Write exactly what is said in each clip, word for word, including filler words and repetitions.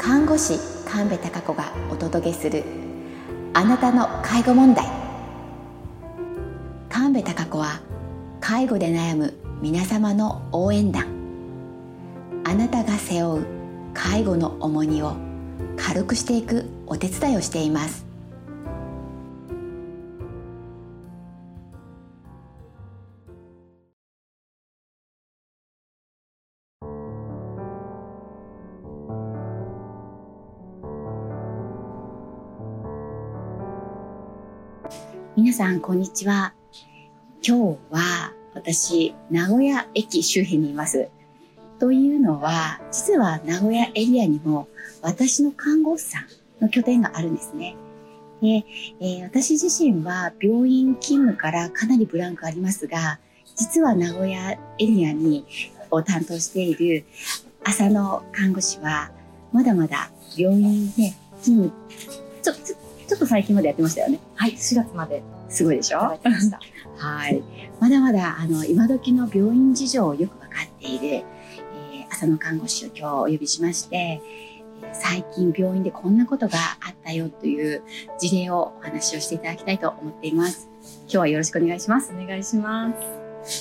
看護師神戸貴子がお届けするあなたの介護問題。神戸貴子は介護で悩む皆様の応援団。あなたが背負う介護の重荷を軽くしていくお手伝いをしています。皆さんこんにちは。今日は私名古屋駅周辺にいます。というのは実は名古屋エリアにも私の看護師さんの拠点があるんですね。で、えー、私自身は病院勤務からかなりブランクありますが、実は名古屋エリアにを担当している浅野看護師はまだまだ病院で勤務ちょっとちょっと最近までやってましたよね。 はい、しがつまですごいでしょ。 やってました。 はい、まだまだあの今時の病院事情をよく分かっている、えー、浅野看護師を今日お呼びしまして、最近病院でこんなことがあったよという事例をお話をしていただきたいと思っています。今日はよろしくお願いします。 お願いします。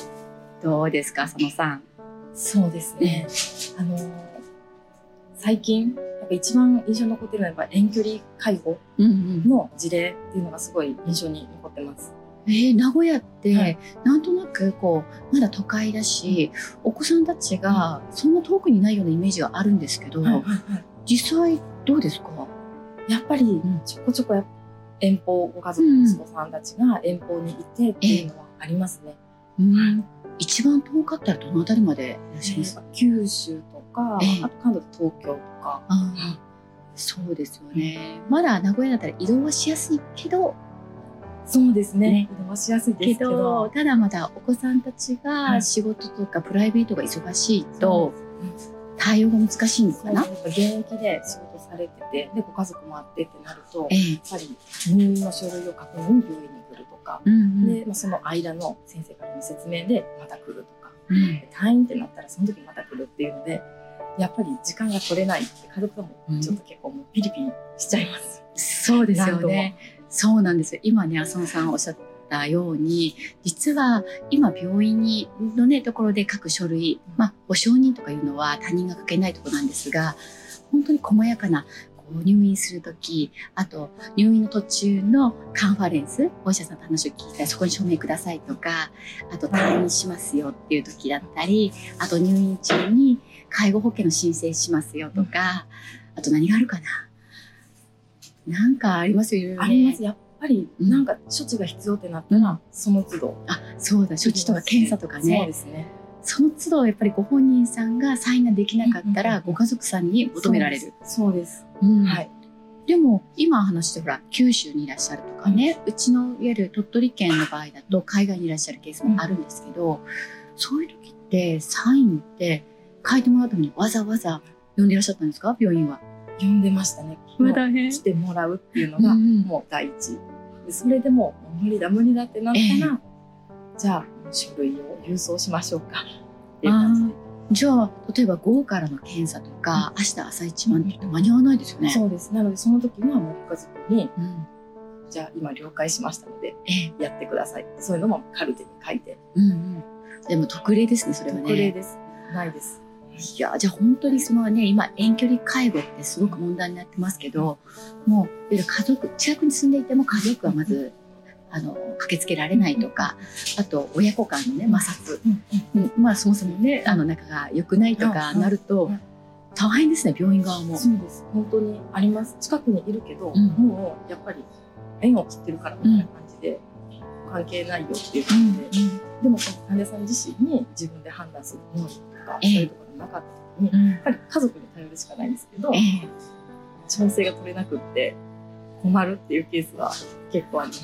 どうですか、浅野さん。 そうですね。あの最近やっぱ一番印象に残ってるのはやっぱ遠距離介護の事例っていうのがすごい印象に残ってます。 えー、名古屋って、はい、なんとなくこうまだ都会だし、うん、お子さんたちがそんな遠くにないようなイメージがあるんですけど、はいはいはい、実際どうですか？ やっぱりちょこちょこや遠方ご家族の息子さんたちが遠方にいてっていうのはありますね。 えーうん、一番遠かったらどのあたりまでいらっしゃいますか？ えー、九州とか、えー、あと関東で東京とか。 あ、うん、そうですよね。まだ名古屋だったら移動はしやすいけど、 そうですね。ね、移動はしやすいですけど、けどただまだお子さんたちが仕事とかプライベートが忙しいと、対応が難しいのかな。 現役で仕事されてて、でご家族もあってってなると、えー、やっぱり入院の書類を確認に病院に来るとか、うんうん、でまあ、その間の先生からの説明でまた来るとか、うん、退院ってなったらその時また来るっていうので、やっぱり時間が取れないって家族ともちょっと結構もうピリピリしちゃいます。 うん、そうですよね。そうなんですよ。今ね、浅野さんおっしゃったように、実は今病院にのねところで書く書類、まあ保証人とかいうのは他人が書けないところなんですが、本当に細やかなこう入院するとき、あと入院の途中のカンファレンス、お医者さんの話を聞いたらそこに署名くださいとか、あと退院しますよっていう時だったり、あと入院中に介護保険の申請しますよとか、あと何があるかな。なんかありますよね。 あります。やっぱりなんか処置が必要ってなったら、うん、その都度。 あ、そうだ。処置とか検査とかね。 そうですね。 その都度やっぱりご本人さんがサインができなかったら、ご家族さんに求められる。 そうです。 うん、はい。でも今話してほら九州にいらっしゃるとかね、うん、うちのいわゆる鳥取県の場合だと海外にいらっしゃるケースもあるんですけど、うん、そういう時ってサインって書いてもらうためにわざわざ呼んでいらっしゃったんですか？病院は。 呼んでましたね。来てもらうっていうのがもう第一、うん、でそれでも無理だ無理だってなったら、えー、じゃあ書類を郵送しましょうかっていう感じで。 じゃあ例えば午後からの検査とか、うん、明日朝一番って間に合わないですよね。 そうです。なのでその時はもうご家族に、うん、じゃあ今了解しましたので、えー、やってください。そういうのもカルテに書いて、 うんうん、でも特例ですね、それはね。 特例です。ないです。 いや、じゃあ本当にそのね、今遠距離介護ってすごく問題になってますけど、もういわゆる家族、近くに住んでいても家族はまず、うん、あの駆けつけられないとか、あと親子間のね摩擦、うんうん、まあそもそもねあの仲が良くないとかなると大変ですね、病院側も。 そうです。本当にあります。近くにいるけど、うん、もうやっぱり縁を切ってるからみたいな感じで、うん、関係ないよっていう感じで、うんうん、でもその患者さん自身に自分で判断する能力とか、えー、そういうところなかった時に、うん、やっぱり家族に頼るしかないんですけど、えー、調整が取れなくって困るっていうケースは結構あります。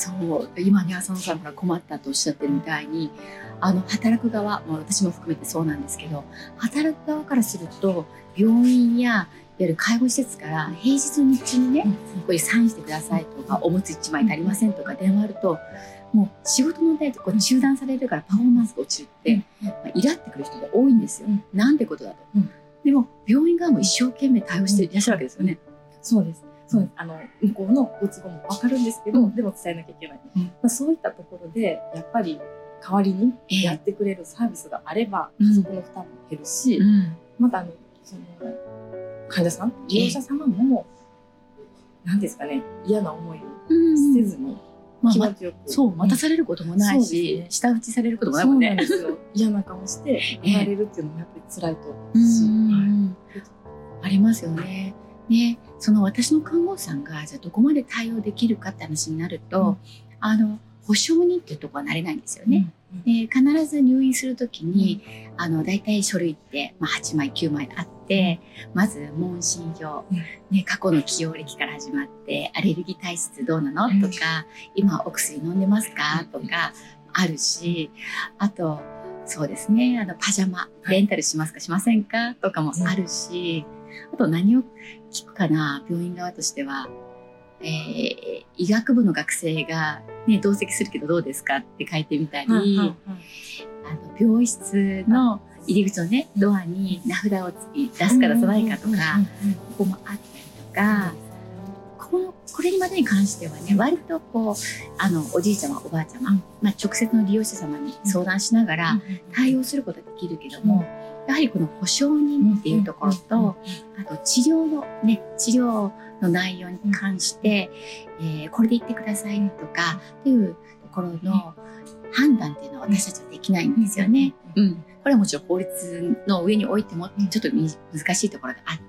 そう今ね浅野さんが困ったとおっしゃってるみたいに、あの働く側、まあ、私も含めてそうなんですけど、働く側からすると病院やいわゆる介護施設から平日の日中にね、うん、これサインしてくださいとか、うん、おむついちまい足りませんとか電話あると、もう仕事のねこう中断されるからパフォーマンスが落ちるって、うん、まあ、イラってくる人が多いんですよ、うん、なんてことだと、うん、 でも病院側も一生懸命対応していらっしゃるわけですよね。 そうです。そうです。あの、向こうのご都合もわかるんですけど、うん、でも伝えなきゃいけない。うん、まあ、そういったところで、やっぱり代わりにやってくれるサービスがあれば、家族の負担も減るし、うん、またあの、その、患者さん、利用者様も、何ですかね、嫌な思いをせずに、 まあ、気持ちよく、そう、待たされることもないし、ね、舌打ちされることもないもんね。そうなんですよ。 嫌な顔して言われるっていうのもやっぱり辛いと思うし、はい、 ありますよね。ね、その私の看護師さんがじゃあどこまで対応できるかって話になると、うん、あの保証人っていうところはなれないんですよね。うんうん、で必ず入院するときに、うん、あのだいたい書類って、まあ、はちまいきゅうまいあって、うん、まず問診票、うんね、過去の起用歴から始まってアレルギー体質どうなの、うん、とか今お薬飲んでますか、うん、とかあるし、あとそうですね、あのパジャマレンタルしますか、はい、しませんかとかもあるし、うん、あと何を聞くかな、病院側としては、えー、医学部の学生が、ね、同席するけどどうですかって書いてみたり、はいはいはい、あの病室の入り口のね、ドアに名札をつき出すか出さないかとか、ここもあったりとか、このこれまでに関してはね、割とこうあのおじいちゃまおばあちゃま、まあ、直接の利用者様に相談しながら対応することができるけども、やはりこの保証人っていうところと、あと治療のね、治療の内容に関して、えー、これで言ってくださいとかっていうところの判断っていうのは私たちはできないんですよね。うん。これはもちろん法律の上においてもちょっと難しいところがあって、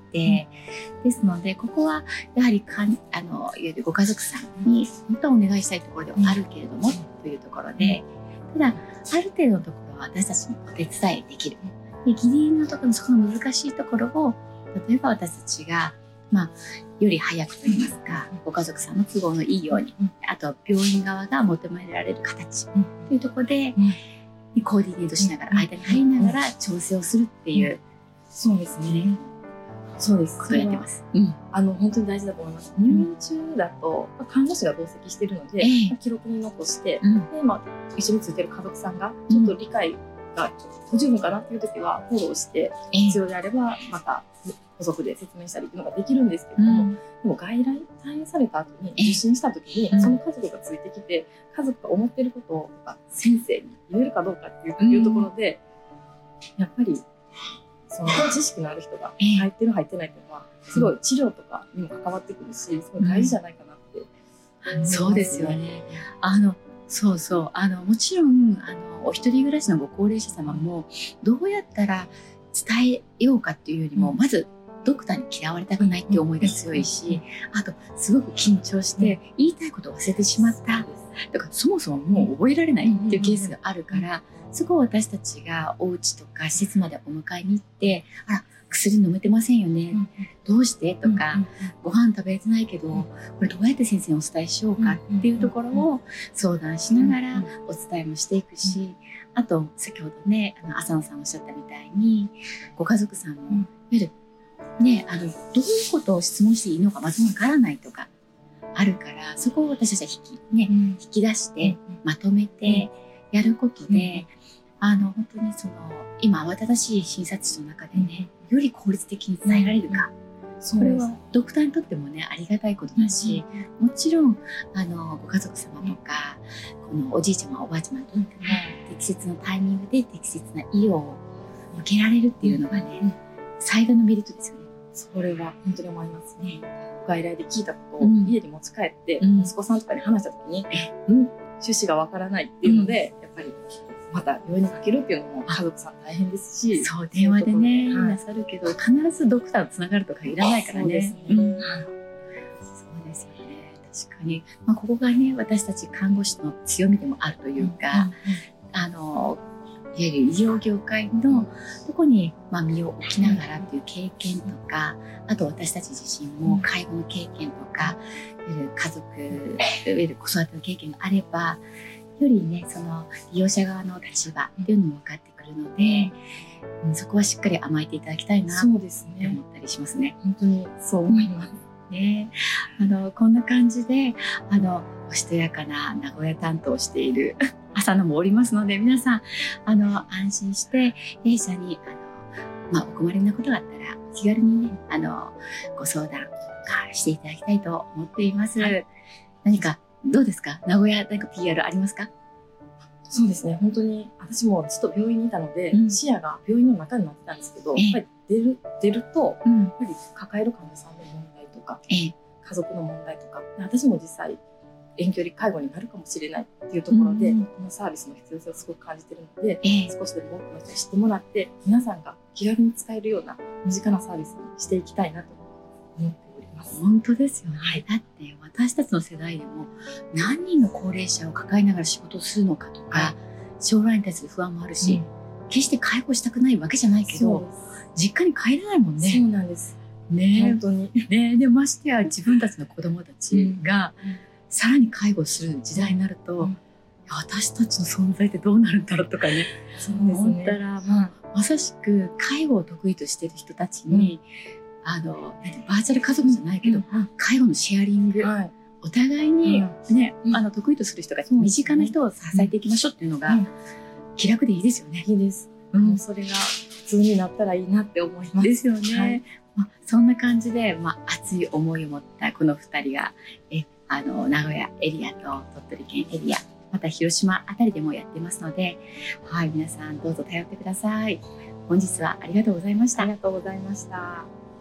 ですのでここはやはりかんあのいわゆるご家族さんに本当はお願いしたいところではあるけれどもというところで、ただある程度のところは私たちもお手伝いできる。でギリギリのところのそこの難しいところを例えば私たちがまあより早くといいますか、ご家族さんの都合のいいように、あと病院側が求められる形というところで、コーディネートしながら、間に入りながら調整をするっていう、 そうですね。そうです。 ことをやってます。 あの本当に大事だと思います。入院中だと看護師が同席しているので、記録に残して、でまあ一緒についてる家族さんがちょっと理解が不十分かなっていう時はフォローして、必要であればまた補足で説明したりっていうのができるんですけども、うん、でも外来退院された後に受診した時に、その家族がついてきて、家族が思ってることを先生に言えるかどうかっていう、うん、いうところで、やっぱりその知識のある人が入ってる入ってないっていうのはすごい治療とかにも関わってくるし、すごい大事じゃないかなって、 うん、そうですよね。あのそうそうあのもちろんあのお一人暮らしのご高齢者様もどうやったら伝えようかっていうよりも、うん、まずドクターに嫌われたくないっていう思いが強いし、あとすごく緊張して言いたいことを忘れてしまったとか、そもそももう覚えられないっていうケースがあるから、そこを私たちがお家とか施設までお迎えに行って、あら薬飲めてませんよね、どうしてとか、ご飯食べれてないけどこれどうやって先生にお伝えしようかっていうところを相談しながらお伝えもしていくし、あと先ほどねあの浅野さんおっしゃったみたいにご家族さんもいわゆるね、あのどういうことを質問していいのかまずわからないとかあるから、そこを私たちは引き、ね、うん、引き出してまとめてやることで、うん、あの本当にその今慌ただしい診察室の中でね、より効率的に伝えられるか、うん、これはドクターにとってもねありがたいことだし、うん、もちろんあのご家族様とか、このおじいちゃまおばあちゃまにとっても適切なタイミングで適切な医療を受けられるっていうのがね、最大のメリットですよね。 それは本当に思いますね。外来で聞いたことを家に持ち帰って、うん、息子さんとかに話した時に、うん、趣旨がわからないっていうので、うん、やっぱりまた病院にかけるっていうのも家族さん大変ですし、 そう、電話でね、はい、なさるけど必ずドクターとつながると限らないからね。そうですね。うん、そうですよね。確かに、まあ、ここがね私たち看護師の強みでもあるというか、うん、あのいわゆる医療業界のどこにまあ身を置きながらっていう経験とか、あと私たち自身も介護の経験とか、いわゆる家族、いわゆる子育ての経験があれば、よりねその利用者側の立場っていうのも分かってくるので、うん、そこはしっかり甘えていただきたいなって思ったりしますね。 本当にそう思います。 ね、あのこんな感じであのおしとやかな名古屋担当をしている浅野もおりますので、皆さんあの安心して弊社にあのまあ、お困りなことがあったら気軽にねあのご相談していただきたいと思っています、はい、何かどうですか、名古屋何か ピーアール ありますか？ そうですね、本当に私もずっと病院にいたので、うん、視野が病院の中になってたんですけど、やっぱり出る出ると、うん、やっぱり抱える患者さんの問題とか、ええ、家族の問題とか、私も実際遠距離介護になるかもしれないっていうところで、うん、このサービスの必要性をすごく感じているので、ええ、少しでも多くの人に知ってもらって皆さんが気軽に使えるような身近なサービスにしていきたいなと思っております。 本当ですよね、はい、だって私たちの世代でも何人の高齢者を抱えながら仕事をするのかとか、はい、将来に対する不安もあるし、うん、決して介護したくないわけじゃないけど実家に帰れないもんね。 そうなんですね、 本当にね。でましてや自分たちの子供たちが、うん、さらに介護する時代になると、うん、私たちの存在ってどうなるんだろうとかね、そうですね、思ったら、まあ、まさしく介護を得意としている人たちに、うん、あのバーチャル家族じゃないけど、うん、介護のシェアリング、はい、お互いに、ね、うん、あの得意とする人が身近な人を支えていきましょうっていうのが、うん、気楽でいいですよね。 いいです、うん、それが普通になったらいいなって思います。 ですよね、はい、まあ、そんな感じで、まあ、熱い思いを持ったこのふたりがえあの名古屋エリアと鳥取県エリア、また広島あたりでもやってますので、はい、皆さんどうぞ頼ってください。本日はありがとうございました。 ありがとうございました。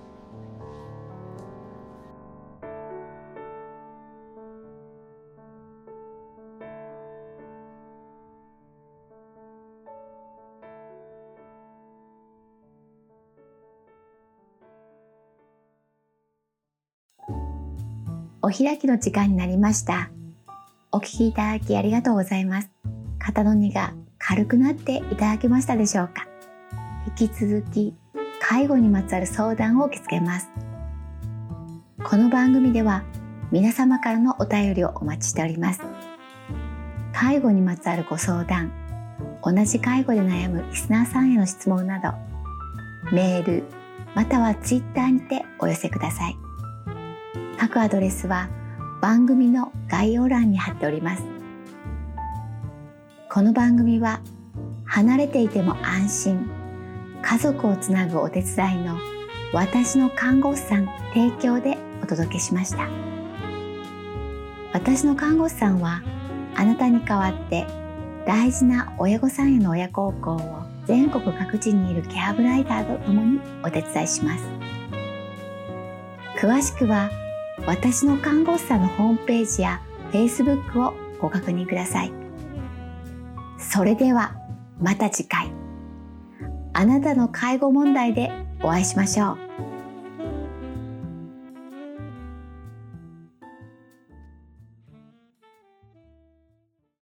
お開きの時間になりました。お聞きいただきありがとうございます。肩の荷が軽くなっていただけましたでしょうか。引き続き介護にまつわる相談を受け付けます。この番組では皆様からのお便りをお待ちしております。介護にまつわるご相談、同じ介護で悩むリスナーさんへの質問など、メールまたはツイッターにてお寄せください。各アドレスは番組の概要欄に貼っております。この番組は離れていても安心、家族をつなぐお手伝いの私の看護師さん提供でお届けしました。私の看護師さんはあなたに代わって大事な親御さんへの親孝行を全国各地にいるケアブライダーとともにお手伝いします。詳しくは私の看護師さんのホームページや Facebook をご確認ください。それではまた次回、あなたの介護問題でお会いしましょう。